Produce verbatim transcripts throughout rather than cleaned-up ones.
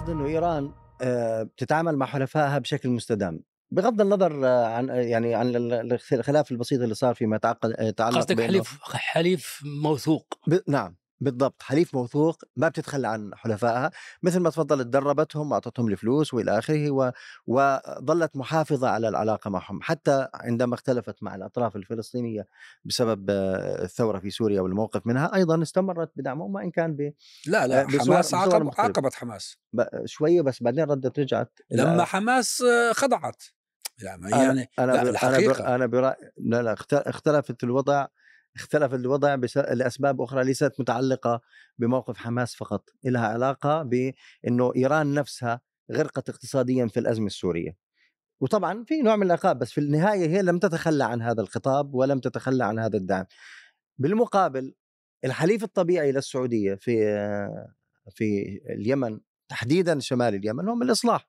نفترض إنه إيران آآ بتتعامل مع حلفائها بشكل مستدام، بغض النظر آه، عن آه، يعني عن ال ال الخلاف البسيط اللي صار فيما يتعقد يتعلق قصدك بإنه حليف حليف موثوق. ب نعم، بالضبط، حليف موثوق ما بتتخلى عن حلفائها، مثل ما تفضّلت درّبتهم وأعطتهم الفلوس وإلى آخره، و وظلت محافظة على العلاقة معهم، حتى عندما اختلفت مع الأطراف الفلسطينية بسبب آه، الثورة في سوريا والموقف منها، أيضًا استمرت بدعمهم وإن كان ب لا آآ لا بصور حماس بصور عاقب مختلفة. عاقبت حماس ب شوية بس بعدين ردّت رجعت لما ال حماس آه، خضعت. لا ما أنا يعني أنا ب لا أنا ب الحقيقة. أنا برأ لا، لا اخت اختلفت الوضع اختلف الوضع بس لأسباب أخرى ليست متعلقة بموقف حماس فقط، إلها علاقة بإنه إيران نفسها غرقت اقتصاديًا في الأزمة السورية، وطبعًا في نوع من العقاب، بس في النهاية هي لم تتخلى عن هذا الخطاب ولم تتخلى عن هذا الدعم. بالمقابل الحليف الطبيعي للسعودية في في اليمن، تحديدًا شمال اليمن، هم الإصلاح.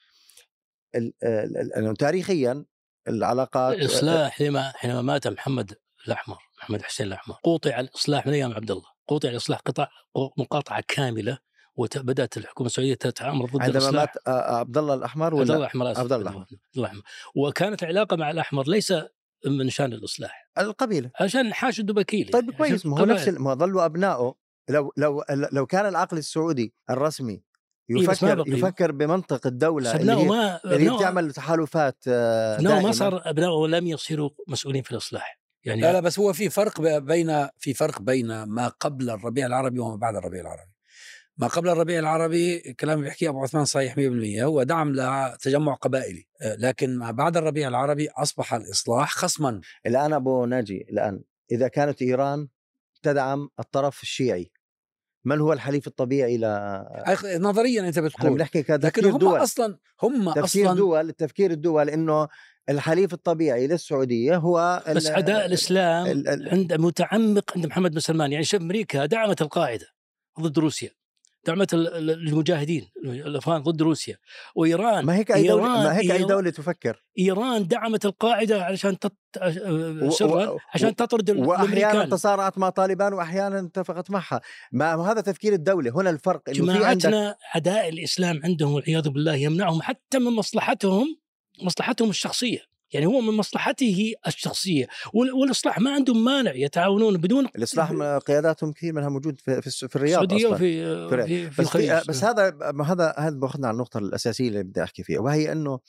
ال ال ال لأنه تاريخيًا العلاقات آآ الإصلاح حينما حينما مات محمد الأحمر محمد حسين الأحمر قُطع الإصلاح من أيام عبد الله، قُطع الإصلاح قطع مقاطعة كاملة، وبدأت الحكومة السعودية تتآمر ضد عندما مات الإصلاح. آآ عبد الله الأحمر عبد الله والّا الأحمر عبد آسف الله عبد الله الأحمر؟ عبد الله الأحمر. وكانت العلاقة مع الأحمر ليس من شأن الإصلاح، القبيلة. عشان حاشد وبكيل طيب يعني عشان كويس، ما هو نفس القبائل. ال ما هو ظلوا أبنائه. لو لو ال لو كان العقل السعودي الرسمي إيه بس ما يفكر بقيوا. يفكر بمنطق بس الدولة اللي أبنائه هي ما اللي هي أبنائه بتعمل تحالفات آآ أبنائه ما دائمة. صار أبنائه لم يصيروا مسؤولين في الإصلاح. لا، يعني لا، بس هو في فرق ب- بين في فرق بين ما قبل الربيع العربي وما بعد الربيع العربي. ما قبل الربيع العربي كلام اللي بيحكيه أبو عثمان صحيح مية بالمية، هو دعم لتجمع قبائلي. آه، لكن ما بعد الربيع العربي أصبح الإصلاح خصما. الآن أبو ناجي، الآن إذا كانت إيران تدعم الطرف الشيعي، من هو الحليف الطبيعي ل أخ- نظريا أنت إحنا بتقول، بنحكي لكن كتفكير هم دول. أصلا هم تفكير أصلا دول التفكير الدول إنه الحليف الطبيعي للسعودية هو ال بس عداء الإسلام ال ال عند متعمق عند محمد بن سلمان. يعني شوف أمريكا دعمت القاعدة ضد روسيا، دعمت ال- ال- المجاهدين الأفغان ضد روسيا. وإيران ما هيك أي دولة إيران ما هيك أي إيران, دولة تفكر. إيران دعمت القاعدة علشان تط... و سرا و و عشان تطرد ال- وأحيانًا الأمريكان. تصارعت مع طالبان وأحيانًا اتفقت معها. ما هو هذا تفكير الدولة، هنا الفرق إنه في عندك جماعتنا عداء الإسلام عندهم والعياذ بالله يمنعهم حتى من مصلحتهم مصلحتهم الشخصية. يعني هو من مصلحته الشخصية وال- والإصلاح ما عندهم مانع يتعاونون بدون الإصلاح م قياداتهم كثير منها موجود في في الس في الرياض السعودية أصلًا. وفي في الرياض. في في بس في الخليج. بس هذا ب هذا هذا بياخذنا على النقطة الأساسية اللي بدي أحكي فيها، وهي إنه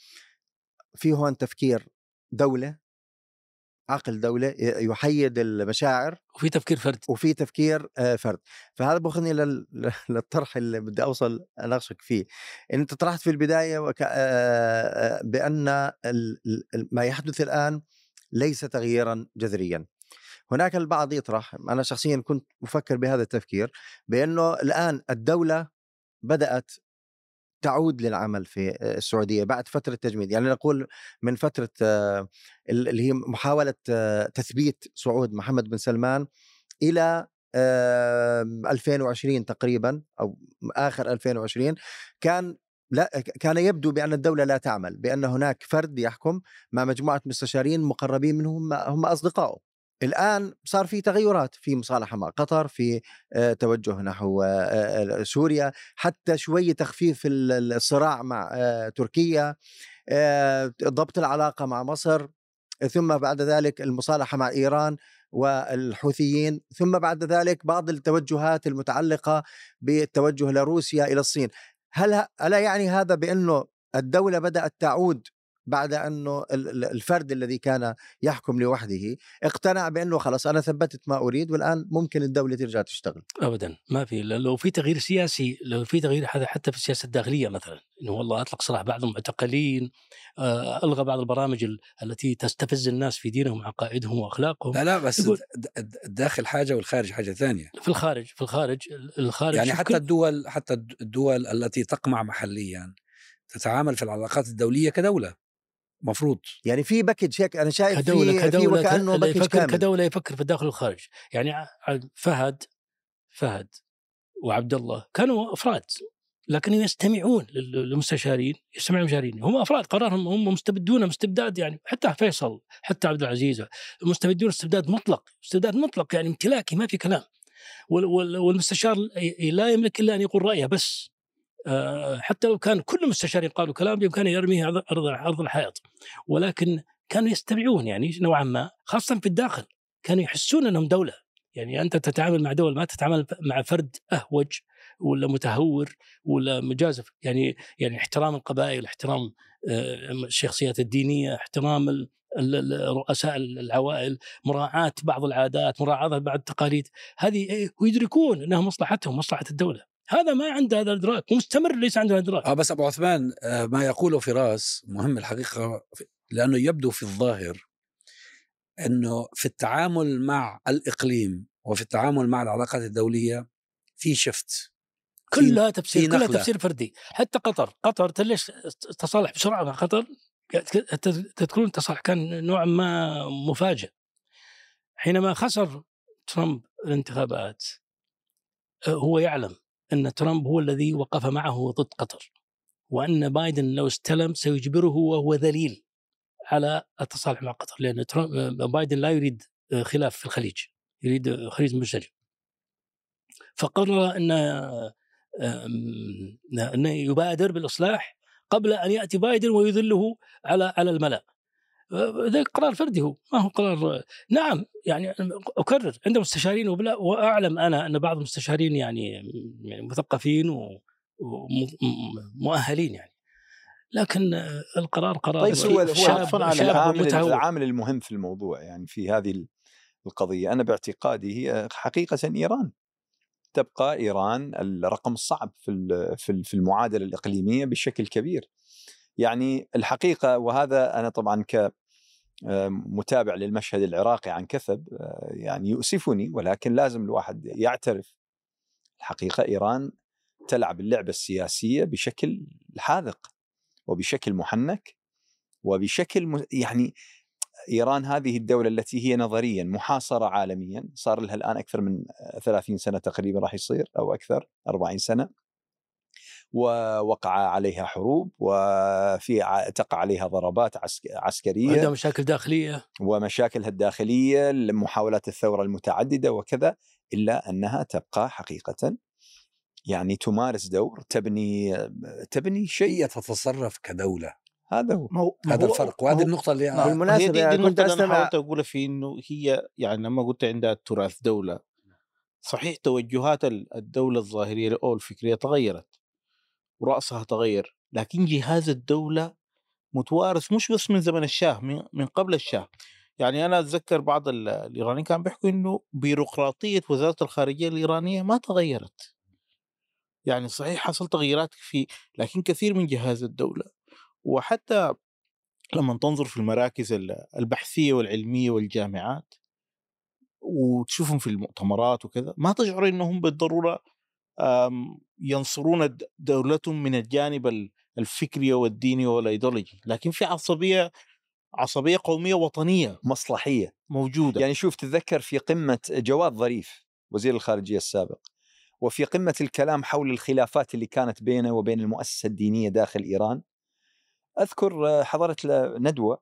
في هون تفكير دولة، عقل دولة ي يحيّد المشاعر، وفي تفكير فردي. وفي تفكير آآ فرد. فهذا بياخذني لل للطرح اللي بدي أوصل أناقشك فيه. أنت طرحت في البداية وك آآ بأن ال ال ما يحدث الآن ليس تغييرًا جذريًا. هناك البعض يطرح، أنا شخصيًا كنت أفكر بهذا التفكير، بأنه الآن الدولة بدأت تعود للعمل في آه، السعودية بعد فترة تجميد. يعني نقول من فترة آه، ال اللي هي محاولة آه، تثبيت صعود محمد بن سلمان إلى آمم ألفين وعشرين تقريبًا أو آخر ألفين وعشرين، كان لا ك كان يبدو بأن الدولة لا تعمل، بأن هناك فرد يحكم مع مجموعة مستشارين مقربين منه هم هم أصدقائه. الآن صار في تغيرات، في مصالحة مع قطر، في آآ توجه نحو آآ سوريا، حتى شوية تخفيف ال ال الصراع مع آآ تركيا، آآ ضبط العلاقة مع مصر، ثم بعد ذلك المصالحة مع إيران والحوثيين، ثم بعد ذلك بعض التوجهات المتعلقة بالتوجه لروسيا إلى الصين. هل ه ألا يعني هذا بأنه الدولة بدأت تعود بعد أنه ال ال الفرد الذي كان يحكم لوحده اقتنع بأنه خلاص أنا ثبتت ما أريد والآن ممكن الدولة ترجع تشتغل؟ ابدا ما في. لو في تغيير سياسي، لو في تغيير هذا حتى في السياسه الداخليه مثلا، انه والله اطلق سراح بعض المعتقلين، آه، الغى بعض البرامج ال- التي تستفز الناس في دينهم وعقائدهم واخلاقهم. لا لا بس يقول د- د- الداخل حاجة والخارج حاجة ثانية. في الخارج في الخارج الخارج يعني شوف حتى كل الدول حتى الدول التي تقمع محليا تتعامل في العلاقات الدولية كدولة مفروض. يعني في باكج هيك أنا شايف كدوله في في كدوله وكأنه اللي باكج يفكر كامل. كدوله يفكر في الداخل والخارج. يعني ع- فهد فهد وعبد الله كانوا افراد، لكن يستمعون للمستشارين، يستمعون للمستشارين. هم افراد قرارهم، هم مستبدون استبداد. يعني حتى فيصل، حتى عبد العزيز، مستبدون استبداد مطلق، استبداد مطلق يعني امتلاكي ما في كلام. وال- وال- والمستشار لا يملك الا ان يقول رايه بس. حتى لو كان كل المستشارين قالوا كلام بإمكانه يرميه أرض أرض الحائط، ولكن كانوا يستمعون يعني نوعا ما، خاصة في الداخل كانوا يحسون أنهم دولة. يعني أنت تتعامل مع دولة، ما تتعامل مع فرد أهوج ولا متهور ولا مجازف. يعني يعني احترام القبائل، احترام الشخصيات الدينية، احترام رؤساء العوائل، مراعاة بعض العادات، مراعاة بعض التقاليد، هذه ويدركون أنها مصلحتهم مصلحة الدولة. هذا ما عنده هذا الإدراك، ومستمر ليس عنده إدراك. آه بس أبو عثمان، آه ما يقوله فراس مهم الحقيقة، لأنه يبدو في الظاهر أنه في التعامل مع الإقليم وفي التعامل مع العلاقات الدولية في شفت، كلها تفسير، كلها تفسير فردي. حتى قطر قطر ليش تصالح بسرعة مع قطر؟ تذكرون التصالح كان نوعا ما مفاجئ. حينما خسر ترامب الانتخابات هو يعلم أن ترامب هو الذي وقف معه ضد قطر، وأن بايدن لو استلم سيجبره وهو ذليل على التصالح مع قطر، لأن بايدن لا يريد خلاف في الخليج، يريد خليج منسجم. فقرر أن أن يبادر بالإصلاح قبل أن يأتي بايدن ويذله على على الملأ. ذلك قرار فردي، هو ما هو قرار. نعم يعني أكرر، عند مستشارين وبلا، وأعلم أنا أن بعض المستشارين يعني مثقفين ومؤهلين يعني، لكن القرار قرار. طيب هو هو العامل العامل المهم في الموضوع يعني في هذه القضية، أنا باعتقادي هي حقيقة إيران. تبقى إيران الرقم الصعب في في المعادلة الإقليمية بشكل كبير. يعني الحقيقة، وهذا أنا طبعا كمتابع للمشهد العراقي عن كثب يعني يؤسفني، ولكن لازم الواحد يعترف الحقيقة إيران تلعب اللعبة السياسية بشكل حاذق وبشكل محنك وبشكل يعني إيران هذه الدولة التي هي نظريا محاصرة عالميا، صار لها الآن أكثر من ثلاثين سنة تقريبا راح يصير، أو أكثر أربعين سنة، ووقع عليها حروب وفي تقع عليها ضربات عسكرية، عندها مشاكل داخلية ومشاكلها الداخلية، محاولات الثورة المتعددة وكذا، إلا أنها تبقى حقيقة يعني تمارس دور، تبني تبني شيء، تتصرف كدولة. هذا هو مو هذا هو الفرق، وهذه النقطة اللي بالمناسبة دي, دي كنت أنا حاولت أقول فيه إنه هي يعني لما قلت عندها تراث دولة، صحيح توجهات الدولة الظاهرية أو الفكرية تغيرت ورأسها تغير، لكن جهاز الدولة متوارث مش بس من زمن الشاه، من قبل الشاه. يعني أنا أتذكر بعض الإيرانيين كان بيحكوا إنه بيروقراطية وزارة الخارجية الإيرانية ما تغيرت. يعني صحيح حصل تغييرات في، لكن كثير من جهاز الدولة، وحتى لما تنظر في المراكز البحثية والعلمية والجامعات وتشوفهم في المؤتمرات وكذا، ما تشعر إنهم بالضرورة ينصرون دولتهم من الجانب الفكري والديني والأيديولوجي، لكن في عصبية عصبية قومية وطنية مصلحية موجودة. يعني شوف، تتذكر في قمة جواد ظريف وزير الخارجية السابق، وفي قمة الكلام حول الخلافات اللي كانت بينه وبين المؤسسة الدينية داخل إيران، أذكر حضرت ندوة،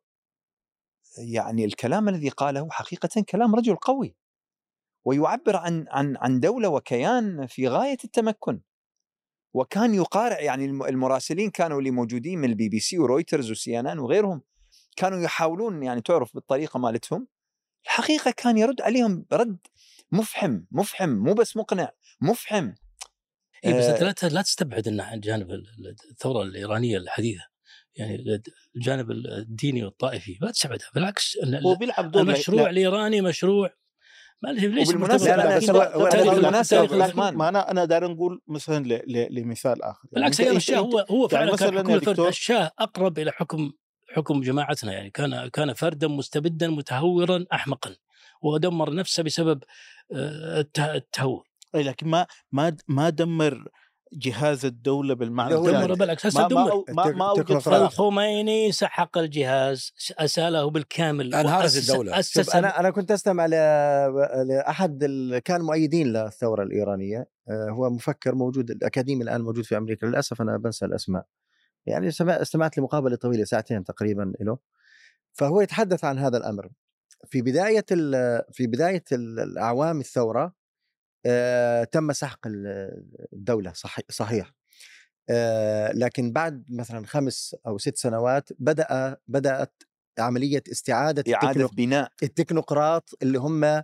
يعني الكلام الذي قاله حقيقة كلام رجل قوي، ويعبر عن عن عن دولة وكيان في غاية التمكن، وكان يقارع. يعني المراسلين كانوا اللي موجودين من البي بي سي ورويترز وسي ان ان وغيرهم كانوا يحاولون يعني تعرف بالطريقة مالتهم، الحقيقة كان يرد عليهم رد مفحم مفحم مو بس مقنع، مفحم. إيه بس آه لا لا تستبعد أن جانب الثورة الإيرانية الحديثة يعني الجانب الديني والطائفي ما تستبعدها، بالعكس هو بيلعب دور. المشروع لا. الإيراني مشروع ما ليش وبالمناسبة ما أنا أنا داير نقول مثلا لمثال آخر، بالعكس يعني الشاه هو هو فعلا كان حكم الفرد. الشاه أقرب إلى حكم حكم جماعتنا، يعني كان كان فردا مستبدا متهورا أحمقا، ودمر نفسه بسبب التهور. أي لكن ما ما ما دمر جهاز الدولة بالمعنى دمر، بالعكس ما ما ما, ما أوجد الخميني سحق الجهاز، أساله بالكامل، انهارت الدولة. أنا أنا كنت أستمع لأحد كان مؤيدين للثورة الإيرانية، هو مفكر موجود الأكاديمي الآن موجود في أمريكا، للأسف أنا بنسى الأسماء، يعني استمعت لمقابلة طويلة ساعتين تقريبا له، فهو يتحدث عن هذا الأمر. في بداية في بداية الأعوام الثورة آه، تم سحق الدولة، صحيح, صحيح. آه لكن بعد مثلا خمس أو ست سنوات بدأ بدأت عملية استعادة إعادة بناء التكنوقراط اللي هم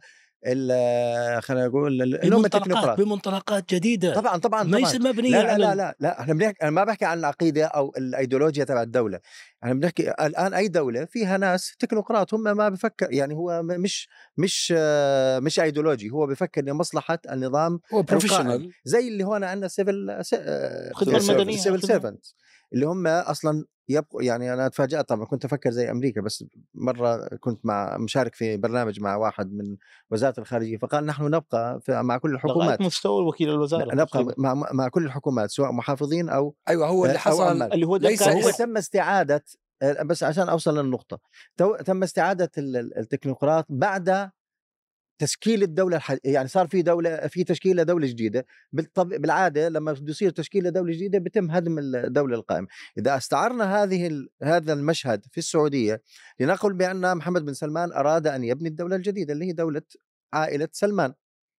خلينا نقول اللي هم التكنوقراط بمنطلقات جديدة. طبعا طبعا ما يصير مبنية لا لا على لا لا, لا. احنا بنحكي، انا ما بحكي عن العقيدة او الايديولوجيا تبع الدولة، احنا بنحكي الان اي دولة فيها ناس تكنوقراط هم ما بفكر، يعني هو مش مش مش ايديولوجي، هو بفكر لمصلحة النظام، هو بروفيشنال زي اللي هون عندنا سيفل خدمة المدنية سيفل سيرفنت اللي هم اصلا يبقوا. يعني انا تفاجأت طبعا، كنت افكر زي امريكا، بس مره كنت مع مشارك في برنامج مع واحد من وزاره الخارجيه فقال نحن نبقى مع كل الحكومات، لغايه مستوى وكيل الوزاره، نبقى مع, مع كل الحكومات سواء محافظين او ايوه هو اللي حصل اللي هو ليس هو تم استعاده، بس عشان اوصل للنقطه، تم استعاده التكنوقراط بعد تشكيل الدولة الح... يعني صار في دولة، في تشكيل لدولة جديدة. بالطب... بالعادة لما بيصير تشكيل لدولة جديدة بيتم هدم الدولة القائمة. إذا استعرنا هذه ال... هذا المشهد في السعودية، لنقل بأن محمد بن سلمان أراد أن يبني الدولة الجديدة اللي هي دولة عائلة سلمان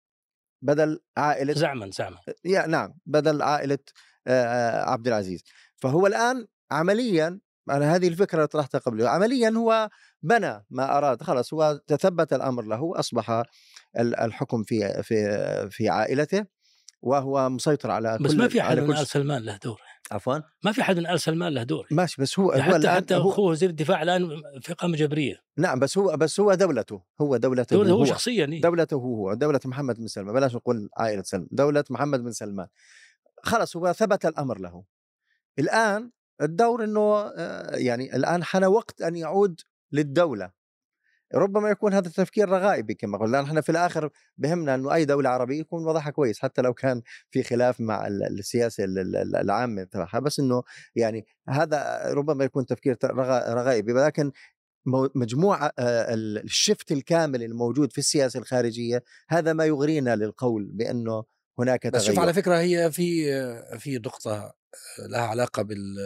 بدل عائلة زعما زعما يا نعم بدل عائلة آه عبد العزيز. فهو الآن عمليا، أنا هذه الفكرة طرحتها قبل، عمليا هو بنى ما أراد، خلاص هو تثبت الأمر له، أصبح الحكم في في في عائلته وهو مسيطر على بس كل. ما في أحد من آل سلمان له دور. عفوا ما في أحد من آل سلمان له دور. ماشي، بس هو هو حتى الآن حتى أخوه وزير الدفاع الآن في قامة جبرية. نعم بس هو بس هو دولته هو دولته دولته هو, هو شخصيا إيه؟ دولته هو دولة محمد بن سلمان، بلاش نقول عائلة سلمان، دولة محمد بن سلمان. خلاص هو ثبت الأمر له. الآن الدور إنه يعني الآن حان وقت أن يعود للدولة. ربما يكون هذا التفكير رغائبي كما قلنا، احنا في الآخر بهمنا إنه أي دولة عربية يكون وضعها كويس حتى لو كان في خلاف مع السياسة العامة تبعها، بس إنه يعني هذا ربما يكون تفكير رغائبي، ولكن مجموعة الشفت الكامل الموجود في السياسة الخارجية هذا ما يغرينا للقول بأنه هناك تغير. بس شوف على فكرة هي في في نقطة لها علاقة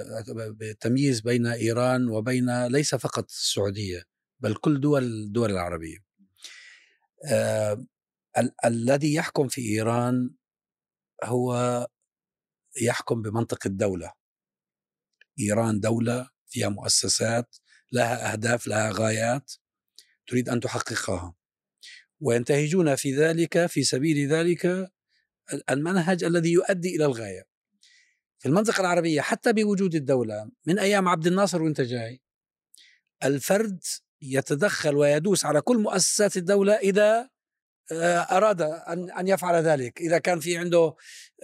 بالتمييز بين إيران وبين ليس فقط السعودية بل كل دول الدول العربية. آه ال- الذي يحكم في إيران هو يحكم بمنطق الدولة. إيران دولة فيها مؤسسات لها أهداف لها غايات تريد أن تحققها، وينتهجون في ذلك في سبيل ذلك المنهج الذي يؤدي إلى الغاية. في المنطقة العربية حتى بوجود الدولة من أيام عبد الناصر وانت جاي، الفرد يتدخل ويدوس على كل مؤسسات الدولة إذا أراد أن يفعل ذلك. إذا كان في عنده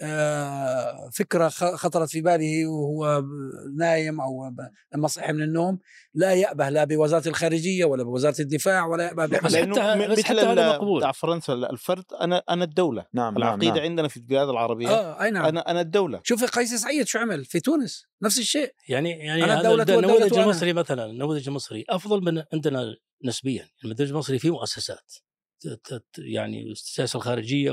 فكرة خطرت في باله وهو نايم أو لما صحي من النوم لا يأبه لا بوزارة الخارجية ولا بوزارة الدفاع ولا يأبه بس حتى بس حتى هذا مقبول. بتاع فرنسا الفرد أنا أنا الدولة. نعم العقيدة نعم. عندنا في البلاد العربية آه أي نعم. أنا أنا الدولة. شوف قيس سعيد شو عمل في تونس، نفس الشيء. يعني يعني أنا الدولة النموذج المصري مثلا، النموذج المصري أفضل من عندنا نسبيا. النموذج المصري فيه مؤسسات، يعني السياسة الخارجية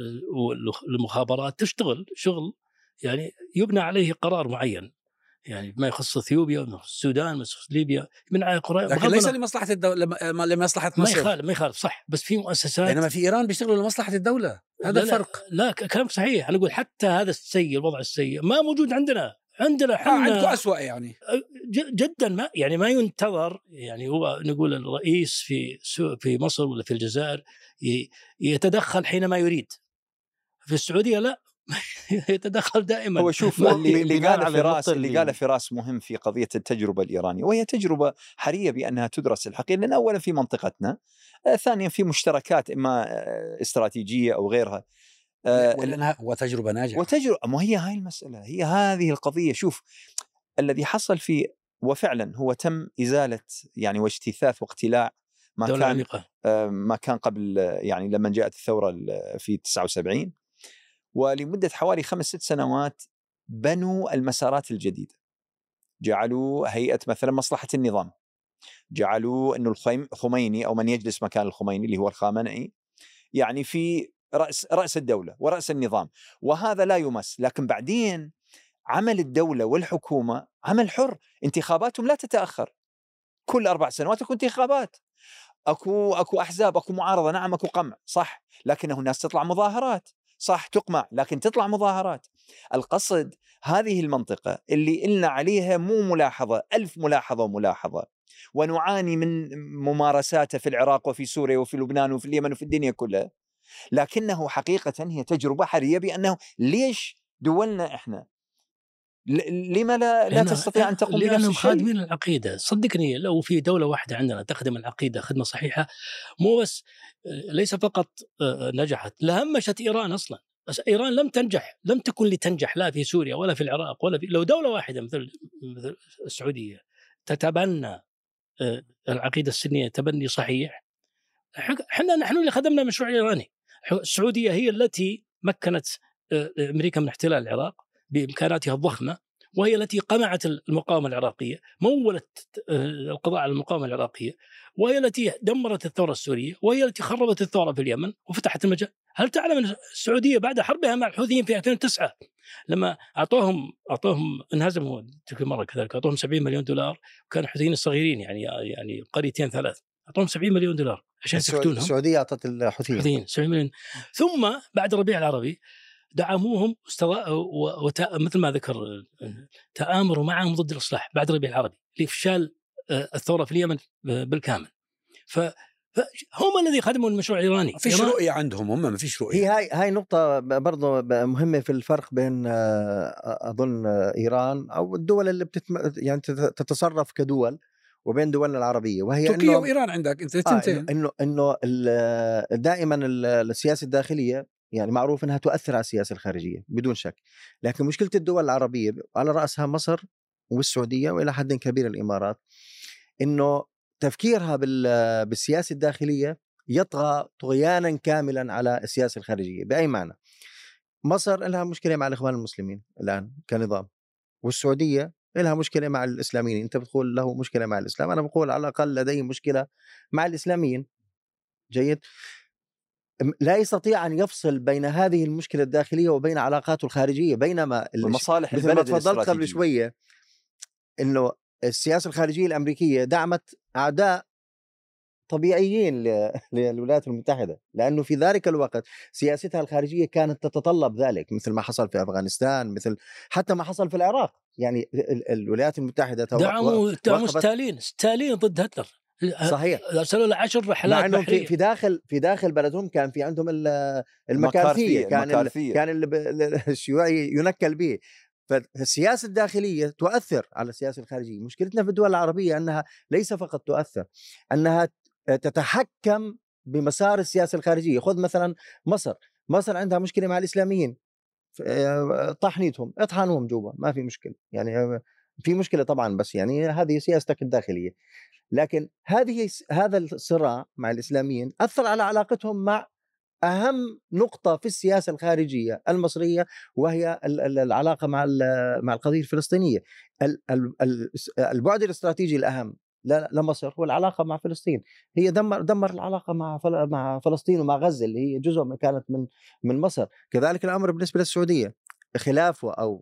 والمخابرات تشتغل شغل يعني يبنى عليه قرار معين، يعني ما يخص اثيوبيا وما يخص السودان وما يخص ليبيا من قرار، لكن ليس لمصلحة الدولة، لمصلحة مصر. ما يخالف ما يخالف صح، بس في مؤسسات. بينما في إيران بيشتغلوا لمصلحة الدولة، هذا الفرق. لا, لا كلام صحيح. أنا أقول حتى هذا السيء، الوضع السيء ما موجود عندنا. عندنا حنا آه عندكم أسوأ يعني جدا. ما يعني ما ينتظر، يعني هو نقول الرئيس في في مصر ولا في الجزائر يتدخل حينما يريد. في السعودية لا يتدخل دائما. هو شوف اللي, اللي قال فراس اللي قال فراس مهم في قضية التجربة الإيرانية، وهي تجربة حرية بأنها تدرس الحقيقة، لأن أولا في منطقتنا، آه ثانيا في مشتركات إما استراتيجية أو غيرها، آه ولأنها وتجربة ناجحة. وتجربة ما هي هاي المسألة، هي هذه القضية. شوف الذي حصل في وفعلا هو تم إزالة يعني واجتثاث واقتلاع ما كان عميقة. ما كان قبل، يعني لما جاءت الثورة في تسعة وسبعين، ولمدة حوالي خمس ست سنوات بنوا المسارات الجديدة، جعلوا هيئة مثلا مصلحة النظام، جعلوا أنه الخميني أو من يجلس مكان الخميني اللي هو الخامنئي يعني في رأس رأس الدولة ورأس النظام، وهذا لا يمس. لكن بعدين عمل الدولة والحكومة عمل حر، انتخاباتهم لا تتأخر، كل أربع سنوات اكو انتخابات، اكو اكو احزاب، اكو معارضة، نعم اكو قمع صح، لكنه الناس تطلع مظاهرات صح، تقمع لكن تطلع مظاهرات. القصد هذه المنطقة اللي إلنا عليها مو ملاحظة، ألف ملاحظة وملاحظة، ونعاني من ممارساته في العراق وفي سوريا وفي لبنان وفي اليمن وفي الدنيا كلها، لكنه حقيقة هي تجربة حرية بأنه ليش دولنا إحنا لما لا, لا تستطيع أن تقوم بنفس لأنهم الشيء؟ خادمين العقيدة. صدقني لو في دولة واحدة عندنا تخدم العقيدة خدمة صحيحة، مو بس ليس فقط نجحت، لهمشت إيران أصلا. بس إيران لم تنجح، لم تكن لتنجح لا في سوريا ولا في العراق ولا في، لو دولة واحدة مثل مثل السعودية تتبنى العقيدة السنية تبني صحيح، احنا نحن اللي خدمنا مشروع إيراني. السعودية هي التي مكنت أمريكا من احتلال العراق بإمكاناتها الضخمة، وهي التي قمعت المقاومة العراقية، مولت القضاء على المقاومة العراقية، وهي التي دمرت الثورة السورية، وهي التي خربت الثورة في اليمن وفتحت المجال. هل تعلم أن السعودية بعد حربها مع الحوثيين في ألفين وتسعة لما أعطوهم أعطوهم انهزموا تلك المرة كذلك، أعطوهم سبعين مليون دولار، وكانوا الحوثيين الصغيرين يعني يعني قريتين ثلاث، أعطوهم سبعين مليون دولار عشان يسكتونهم. السعودية أعطت الحوثيين سبعين مليون. ثم بعد الربيع العربي دعموهم ومثل ما ذكر تآمروا معهم ضد الإصلاح بعد الربيع العربي لإفشال الثورة في اليمن بالكامل. فهم الذي خدموا المشروع الإيراني. ما فيش رؤية عندهم، هم ما فيش رؤية. هي هاي هاي نقطة برضو مهمة في الفرق بين أظن إيران أو الدول اللي بتتم يعني تتصرف كدول وبين دولنا العربية، وهي تركيا وإيران. عندك أنت تنتين آه إنه إنه دائما السياسة الداخلية يعني معروف أنها تؤثر على السياسة الخارجية بدون شك، لكن مشكلة الدول العربية على رأسها مصر والسعودية وإلى حد كبير الإمارات، إنه تفكيرها بالسياسة الداخلية يطغى طغيانا كاملا على السياسة الخارجية. بأي معنى؟ مصر لها مشكلة مع الإخوان المسلمين الآن كنظام، والسعودية لها مشكلة مع الإسلاميين. أنت بتقول له مشكلة مع الإسلام، أنا بقول على الأقل لديه مشكلة مع الإسلاميين. جيد. لا يستطيع أن يفصل بين هذه المشكلة الداخلية وبين علاقاته الخارجية، بينما المصالح مثل ما تفضلت قبل شوية إنه السياسة الخارجية الأمريكية دعمت أعداء طبيعيين للولايات المتحدة، لأنه في ذلك الوقت سياستها الخارجية كانت تتطلب ذلك، مثل ما حصل في أفغانستان، مثل حتى ما حصل في العراق. يعني الولايات المتحدة دعموا دعموا ستالين ستالين ضد هتلر. صحيح. ارسلوا له عشر رحلات مع بحرية. في داخل في داخل بلدهم كان في عندهم المكارثية، كان المكارثية. كان الشيوعي ينكل به. فالسياسة الداخلية تؤثر على السياسة الخارجية. مشكلتنا في الدول العربية أنها ليس فقط تؤثر، أنها تتحكم بمسار السياسة الخارجية. خذ مثلا مصر مصر عندها مشكلة مع الإسلاميين، طحنيتهم اطحنوهم جوا ما في مشكلة، يعني في مشكلة طبعا، بس يعني هذه سياستك الداخلية. لكن هذه هذا الصراع مع الإسلاميين أثر على علاقتهم مع أهم نقطة في السياسة الخارجية المصرية، وهي العلاقة مع مع القضية الفلسطينية. البعد الاستراتيجي الأهم لمصر هو العلاقة مع فلسطين. هي دمر دمر العلاقة مع مع فلسطين ومع غزة اللي هي جزء من كانت من من مصر. كذلك الأمر بالنسبة للسعودية، خلافه أو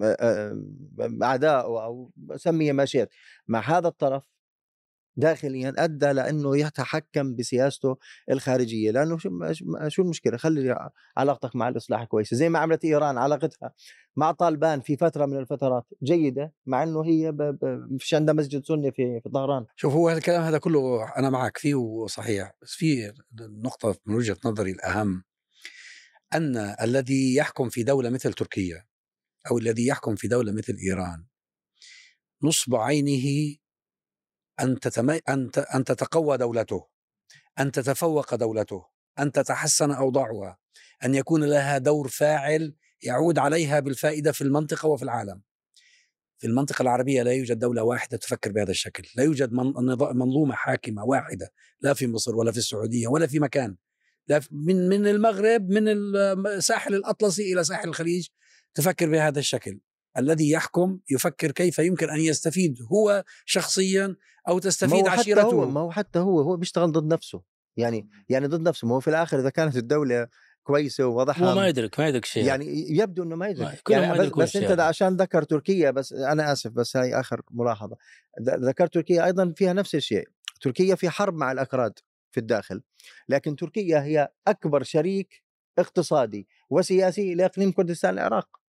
أعداءه أو سميه ما شئت مع هذا الطرف داخليا أدى لأنه يتحكم بسياسته الخارجية. لأنه شو المشكلة؟ خلي علاقتك مع الإصلاح كويسة، زي ما عملت إيران علاقتها مع طالبان في فترة من الفترات جيدة، مع أنه هي مش عندها مسجد سني في في طهران. شوف، هو الكلام هذا كله أنا معك فيه وصحيح، بس في نقطة من وجهة نظري الأهم، أن الذي يحكم في دولة مثل تركيا أو الذي يحكم في دولة مثل إيران نصب عينه أن, تتمي... أن... ت... أن تتقوى دولته، أن تتفوق دولته، أن تتحسن أوضاعها، أن يكون لها دور فاعل يعود عليها بالفائدة في المنطقة وفي العالم. في المنطقة العربية لا يوجد دولة واحدة تفكر بهذا الشكل، لا يوجد من... منظومة حاكمة واحدة، لا في مصر ولا في السعودية ولا في مكان، لا من من المغرب، من الساحل الأطلسي إلى ساحل الخليج، تفكر بهذا الشكل. الذي يحكم يفكر كيف يمكن أن يستفيد هو شخصيا أو تستفيد عشيرته. ما هو حتى هو هو بيشتغل ضد نفسه، يعني يعني ضد نفسه. ما هو في الآخر إذا كانت الدولة كويسة وواضحة هو ما يدرك ما يدرك شيء، يعني يبدو إنه ما يدرك. يعني يعني ما بس, بس أنت ده عشان ذكر تركيا، بس أنا آسف بس هاي آخر ملاحظة. ذكر تركيا أيضا فيها نفس الشيء. تركيا في حرب مع الأكراد في الداخل، لكن تركيا هي أكبر شريك اقتصادي وسياسي لإقليم كردستان العراق.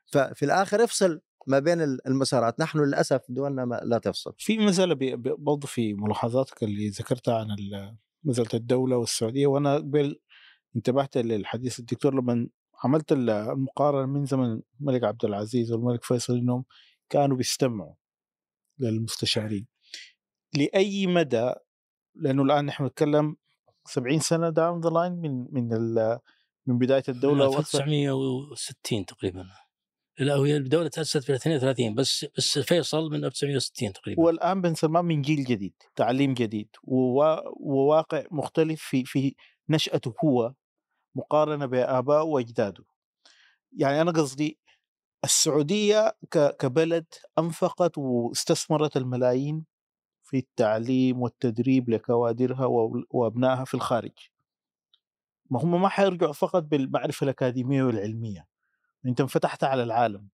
ففي الآخر افصل ما بين المسارات. نحن للأسف دولنا لا تفصل. في مسألة برضو في ملاحظاتك اللي ذكرتها عن مسألة الدولة والسعودية، وأنا قبل انتبهت للحديث الدكتور لما عملت المقارنة من زمن الملك عبد العزيز والملك فيصل إنهم كانوا بيستمعوا للمستشارين لأي مدى، لأنه الآن نحن نتكلم سبعين سنة down the line من من من بداية الدولة ألف وتسعمائة وستين تقريبا. لا هي الدولة تأسست في اثنين وثلاثين بس بس فيصل من ألف وتسعمائة وستين تقريبا. والآن بن سلمان من جيل جديد، تعليم جديد وواقع مختلف في في نشأته هو مقارنة بآبائه وأجداده. يعني أنا قصدي السعودية كبلد أنفقت واستثمرت الملايين في التعليم والتدريب لكوادرها وأبنائها في الخارج. ما هم ما حيرجعوا فقط بالمعرفة الأكاديمية والعلمية، أنت انفتحت على العالم.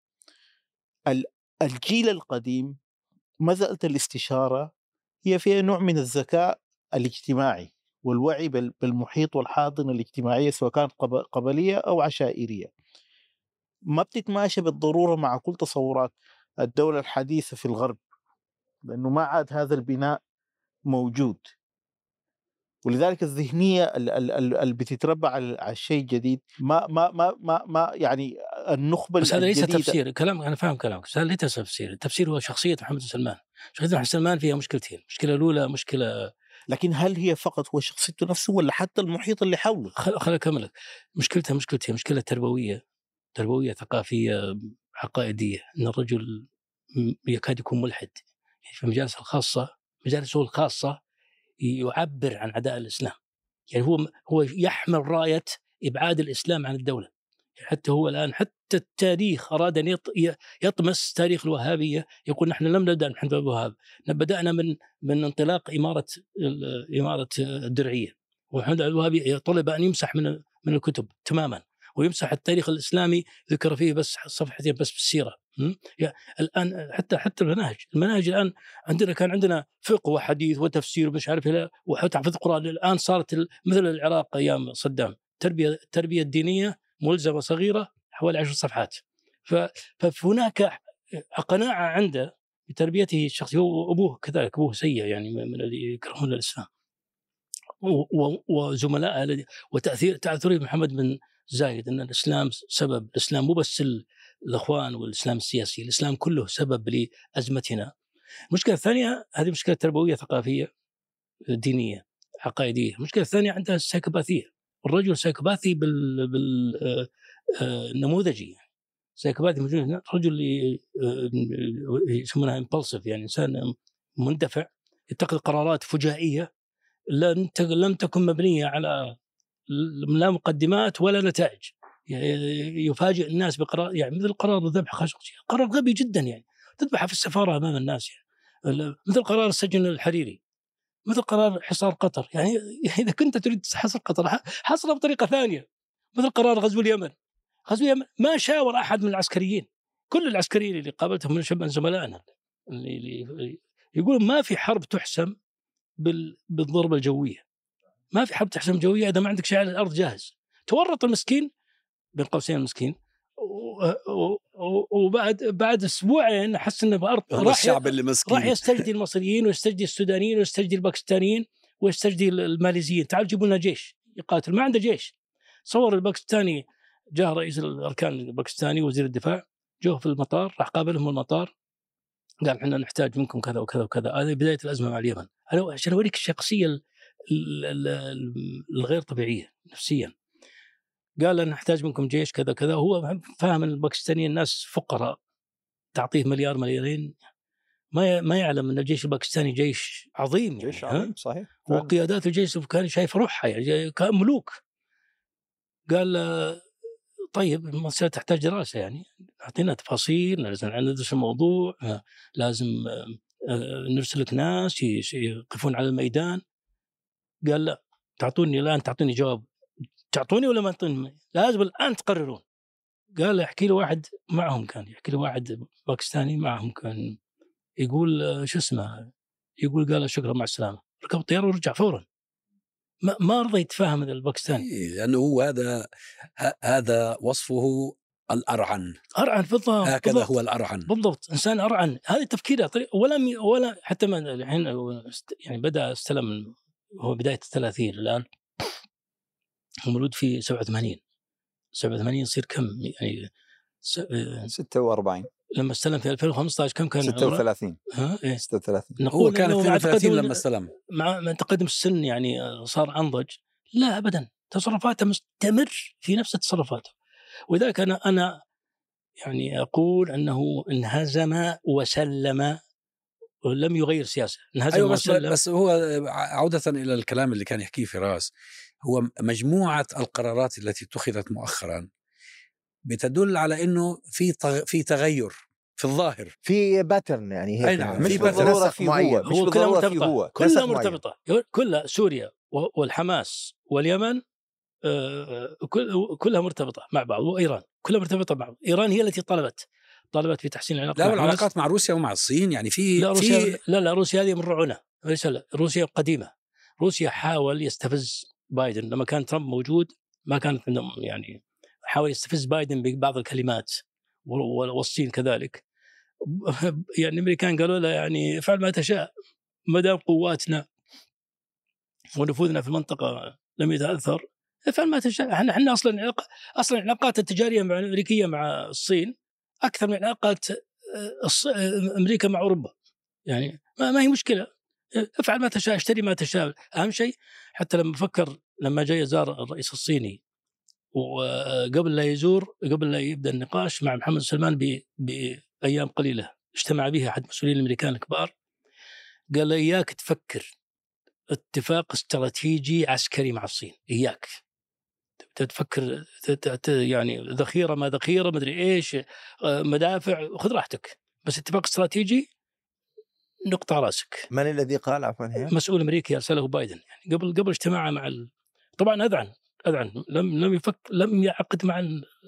الجيل القديم مسألة الاستشارة هي فيها نوع من الذكاء الاجتماعي والوعي بالمحيط والحاضنة الاجتماعية سواء كانت قبلية أو عشائرية، ما بتتماشى بالضرورة مع كل تصورات الدولة الحديثة في الغرب، لأنه ما عاد هذا البناء موجود. ولذلك الذهنية اللي بتتربى على الشيء الجديد ما ما ما ما, ما يعني النخبة بس هذا ليس تفسير كلام. أنا فاهم كلامك بس هذا ليس تفسير. التفسير هو شخصية محمد بن سلمان. شخصية محمد بن سلمان فيها مشكلتين. المشكلة الأولى مشكلة، لكن هل هي فقط هو شخصيته نفسه ولا حتى المحيط اللي حوله؟ خل خل أكملك. مشكلتها مشكلتين، مشكلة تربوية تربوية ثقافية عقائدية، أن الرجل يكاد يكون ملحد في مجالسه الخاصة، مجالسه الخاصة يعبر عن عداء الإسلام. يعني هو هو يحمل راية إبعاد الإسلام عن الدولة. حتى هو الآن حتى التاريخ أراد أن يطمس تاريخ الوهابية، يقول نحن لم نبدأ من حزب الوهاب، بدأنا من من انطلاق إمارة إمارة الدرعية، وحزب الوهابي طلب أن يمسح من من الكتب تماما ويمسح التاريخ الإسلامي، ذكر فيه بس صفحتين بس في السيرة. يعني الآن حتى حتى المناهج المناهج الآن عندنا كان عندنا فقه وحديث وتفسير مش عارف لا وحتى حفظ القرآن، الآن صارت مثل العراق أيام صدام، تربية التربية الدينية ملزمة صغيرة حوالي عشر صفحات. فهناك قناعة عنده بتربيته الشخصية، وأبوه كذلك، أبوه سيء يعني من الذي يكرهون الإسلام وزملاء وتأثير تأثير محمد بن زايد أن الإسلام سبب، الإسلام مو بس الإخوان والإسلام السياسي، الإسلام كله سبب لأزمتنا. المشكلة الثانية هذه مشكلة تربوية ثقافية دينية عقائدية. المشكلة الثانية عندها السايكوباثية، الرجل سايكوباثي بال بالنموذجي، سايكوباثي رجل اللي يسمونها امبلسيف، يعني إنسان مندفع يتخذ قرارات فجائية لم تكن مبنية على لا مقدمات ولا نتائج، يفاجئ الناس بقرار، يعني مثل قرار ذبح خاشقجي، قرار غبي جدا، يعني تذبحها في السفارة أمام الناس، يعني مثل قرار السجن الحريري، مثل قرار حصار قطر. يعني إذا كنت تريد حصر قطر حصره بطريقة ثانية، مثل قرار غزو اليمن. غزو اليمن ما شاور أحد من العسكريين، كل العسكريين اللي قابلتهم من شباب زملائنا اللي يقولون ما في حرب تحسم بالضربة الجوية، ما في حرب تحسم جوية إذا ما عندك شيء على الأرض جاهز. تورط المسكين بين قوسين المسكين، وبعد بعد أسبوعين حس إنه بأرض راح راح يستجدي المصريين ويستجدي السودانيين ويستجدي الباكستانيين ويستجدي الماليزيين، تعالوا جيبوا لنا جيش يقاتل. ما عنده جيش. صور الباكستاني جاء رئيس الأركان الباكستاني وزير الدفاع، جوه في المطار، راح قابلهم المطار قال احنا نحتاج منكم كذا وكذا وكذا. هذه بداية الأزمة مع اليمن. أنا عشان أوريك الشخصية الغير طبيعية نفسيا. قال لنا نحتاج منكم جيش كذا كذا. هو فاهم ان الباكستانيين الناس فقراء، تعطيه مليار مليارين ما ما يعلم ان الجيش الباكستاني جيش عظيم، يعني جيش عظيم صحيح. وقيادات الجيش كان شايف روحها، يعني كان ملوك. قال طيب المسألة تحتاج دراسة، يعني أعطينا تفاصيل، لازم ندرس الموضوع، لازم نرسل لك ناس يقفون على الميدان. قال لا، تعطوني الآن، تعطوني جواب، تعطوني ولا ما تعطوني؟ لازم الآن تقررون. قال يحكي له واحد معهم، كان يحكي له واحد باكستاني معهم، كان يقول شو اسمه، يقول قال شكرا مع السلامة، ركب الطيارة ورجع فورا. ما ما رضى يتفاهم الباكستاني، لأنه هو هذا هذا وصفه الأرعن. أرعن بالضبط. هكذا بالضبط. هو الأرعن بالضبط، إنسان أرعن. هذا تفكيره ولا ولا حتى ما الحين يعني بدأ استلم، هو بداية الثلاثين الآن، هو مولود في سبعة وثمانين سبعة وثمانين يصير كم يعني ستة وأربعين لما استلم في ألفين وخمسة عشر كم كان؟ ستة وثلاثين. ها إيه؟ ستة وثلاثين. هو كان اثنين وثلاثين لما استلم. مع تقدم السن يعني صار أنضج. لا أبدا، تصرفاته مستمر في نفس تصرفاته. وذلك أنا أنا يعني أقول أنه انهزم وسلم ولم يغير سياسة. انهزم أيوة بس, وسلم. بس هو عودة إلى الكلام اللي كان يحكيه فراس، هو مجموعة القرارات التي اتخذت مؤخرا بتدل على أنه في في تغير في الظاهر، في باترن يعني هيك نعم. مش بالضرورة في هو مش هو كلها مرتبطة هو كلها مرتبطة كلها سوريا والحماس واليمن كلها مرتبطة مع بعض، وإيران كلها مرتبطة مع بعض. إيران هي التي طلبت طلبت في تحسين العلاقات. لا والعلاقات مع روسيا ومع الصين يعني في لا روسيا في لا لا روسيا هذه من رعونة. ليس لا روسيا قديمة. روسيا حاول يستفز بايدن لما كان ترامب موجود، ما كانت عندهم يعني، حاول يستفز بايدن ببعض الكلمات، والصين كذلك. يعني الأمريكان قالوا له يعني افعل ما تشاء ما دام قواتنا ونفوذنا في المنطقة لم يتأثر، افعل ما تشاء. احنا احنا اصلا اصلا العلاقات التجارية مع الأمريكية مع الصين أكثر من علاقات أمريكا مع أوروبا. يعني ما, ما هي مشكلة، افعل ما تشاء، اشتري ما تشاء. أهم شيء حتى لما فكر لما جاء زار الرئيس الصيني وقبل لا يزور قبل لا يبدأ النقاش مع محمد سلمان بأيام قليلة اجتمع به أحد مسؤولين الأمريكان الكبار، قال له إياك تفكر اتفاق استراتيجي عسكري مع الصين، إياك تفكر يعني ذخيرة ما ذخيرة مدري إيش مدافع، خذ راحتك، بس اتفاق استراتيجي نقطع راسك. من الذي قال عفوا؟ مسؤول أمريكي أرسله بايدن يعني قبل قبل اجتماعه مع ال... طبعا أذعن أذعن لم لم يفك لم يعقد مع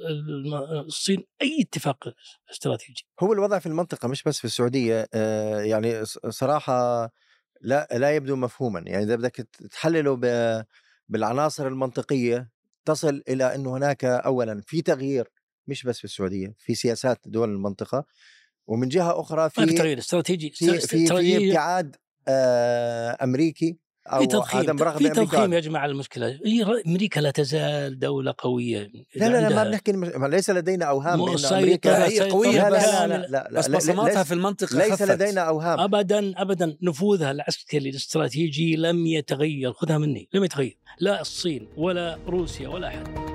الصين أي اتفاق استراتيجي. هو الوضع في المنطقة مش بس في السعودية آه يعني صراحة لا لا يبدو مفهوما. يعني إذا بدك تحلله بالعناصر المنطقية تصل إلى أنه هناك أولا في تغيير مش بس في السعودية في سياسات دول المنطقة، ومن جهة أخرى في تغيير استراتيجي في, في, في ابتعاد آه أمريكي أو في تضخيم عدم رغبة في تضخيم. يا جماعة المشكلة أمريكا لا تزال دولة قوية. لا لا, لا ما بنحكي المش... ليس لدينا أوهام بأن أمريكا هي قوية، لا لا لا, لا, لا بس بصماتها في المنطقة ليس خفت. لدينا أوهام أبدا أبدا. نفوذها العسكري الاستراتيجي لم يتغير، خذها مني لم يتغير، لا الصين ولا روسيا ولا أحد.